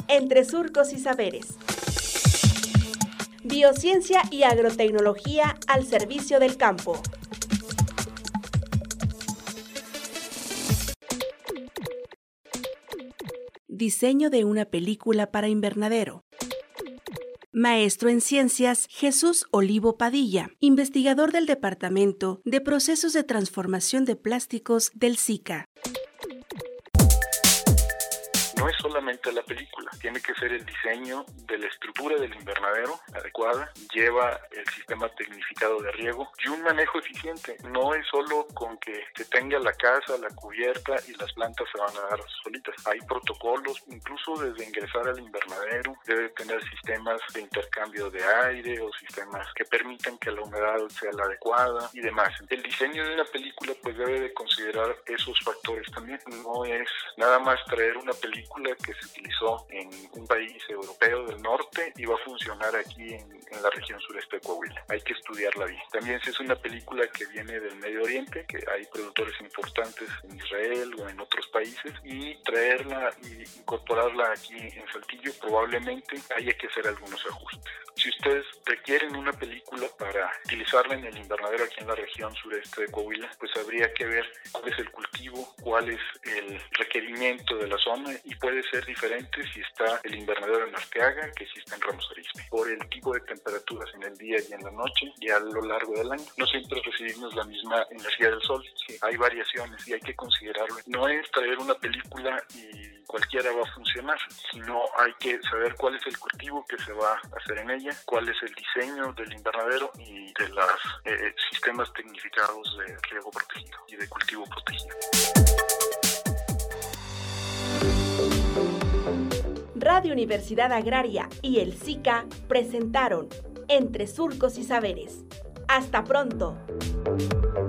Entre surcos y saberes. Biociencia y agrotecnología al servicio del campo. Diseño de una película para invernadero. Maestro en Ciencias, Jesús Olivo Padilla, investigador del Departamento de Procesos de Transformación de Plásticos del SICA. No es solamente la película, tiene que ser el diseño de la estructura del invernadero adecuada, lleva el sistema tecnificado de riego y un manejo eficiente. No es solo con que tenga la casa, la cubierta y las plantas se van a dar solitas. Hay protocolos, incluso desde ingresar al invernadero, debe tener sistemas de intercambio de aire o sistemas que permitan que la humedad sea la adecuada y demás. El diseño de una película pues debe de considerar esos factores también. No es nada más traer una película que se utilizó en un país europeo del norte y va a funcionar aquí en la región sureste de Coahuila. Hay que estudiarla bien. También si es una película que viene del Medio Oriente, que hay productores importantes en Israel o en otros países, y traerla y incorporarla aquí en Saltillo, probablemente haya que hacer algunos ajustes. Si ustedes requieren una película para utilizarla en el invernadero aquí en la región sureste de Coahuila, pues habría que ver cuál es el cultivo, cuál es el requerimiento de la zona y puede ser diferente si está el invernadero en Arteaga que si está en Ramos Arizpe. Por el tipo de temperaturas en el día y en la noche y a lo largo del año, no siempre recibimos la misma energía del sol. Sí, hay variaciones y hay que considerarlo. No es traer una película y cualquiera va a funcionar, sino hay que saber cuál es el cultivo que se va a hacer en ella, cuál es el diseño del invernadero y de los sistemas tecnificados de riego protegido y de cultivo protegido. Radio Universidad Agraria y el SICA presentaron Entre Surcos y Saberes. ¡Hasta pronto!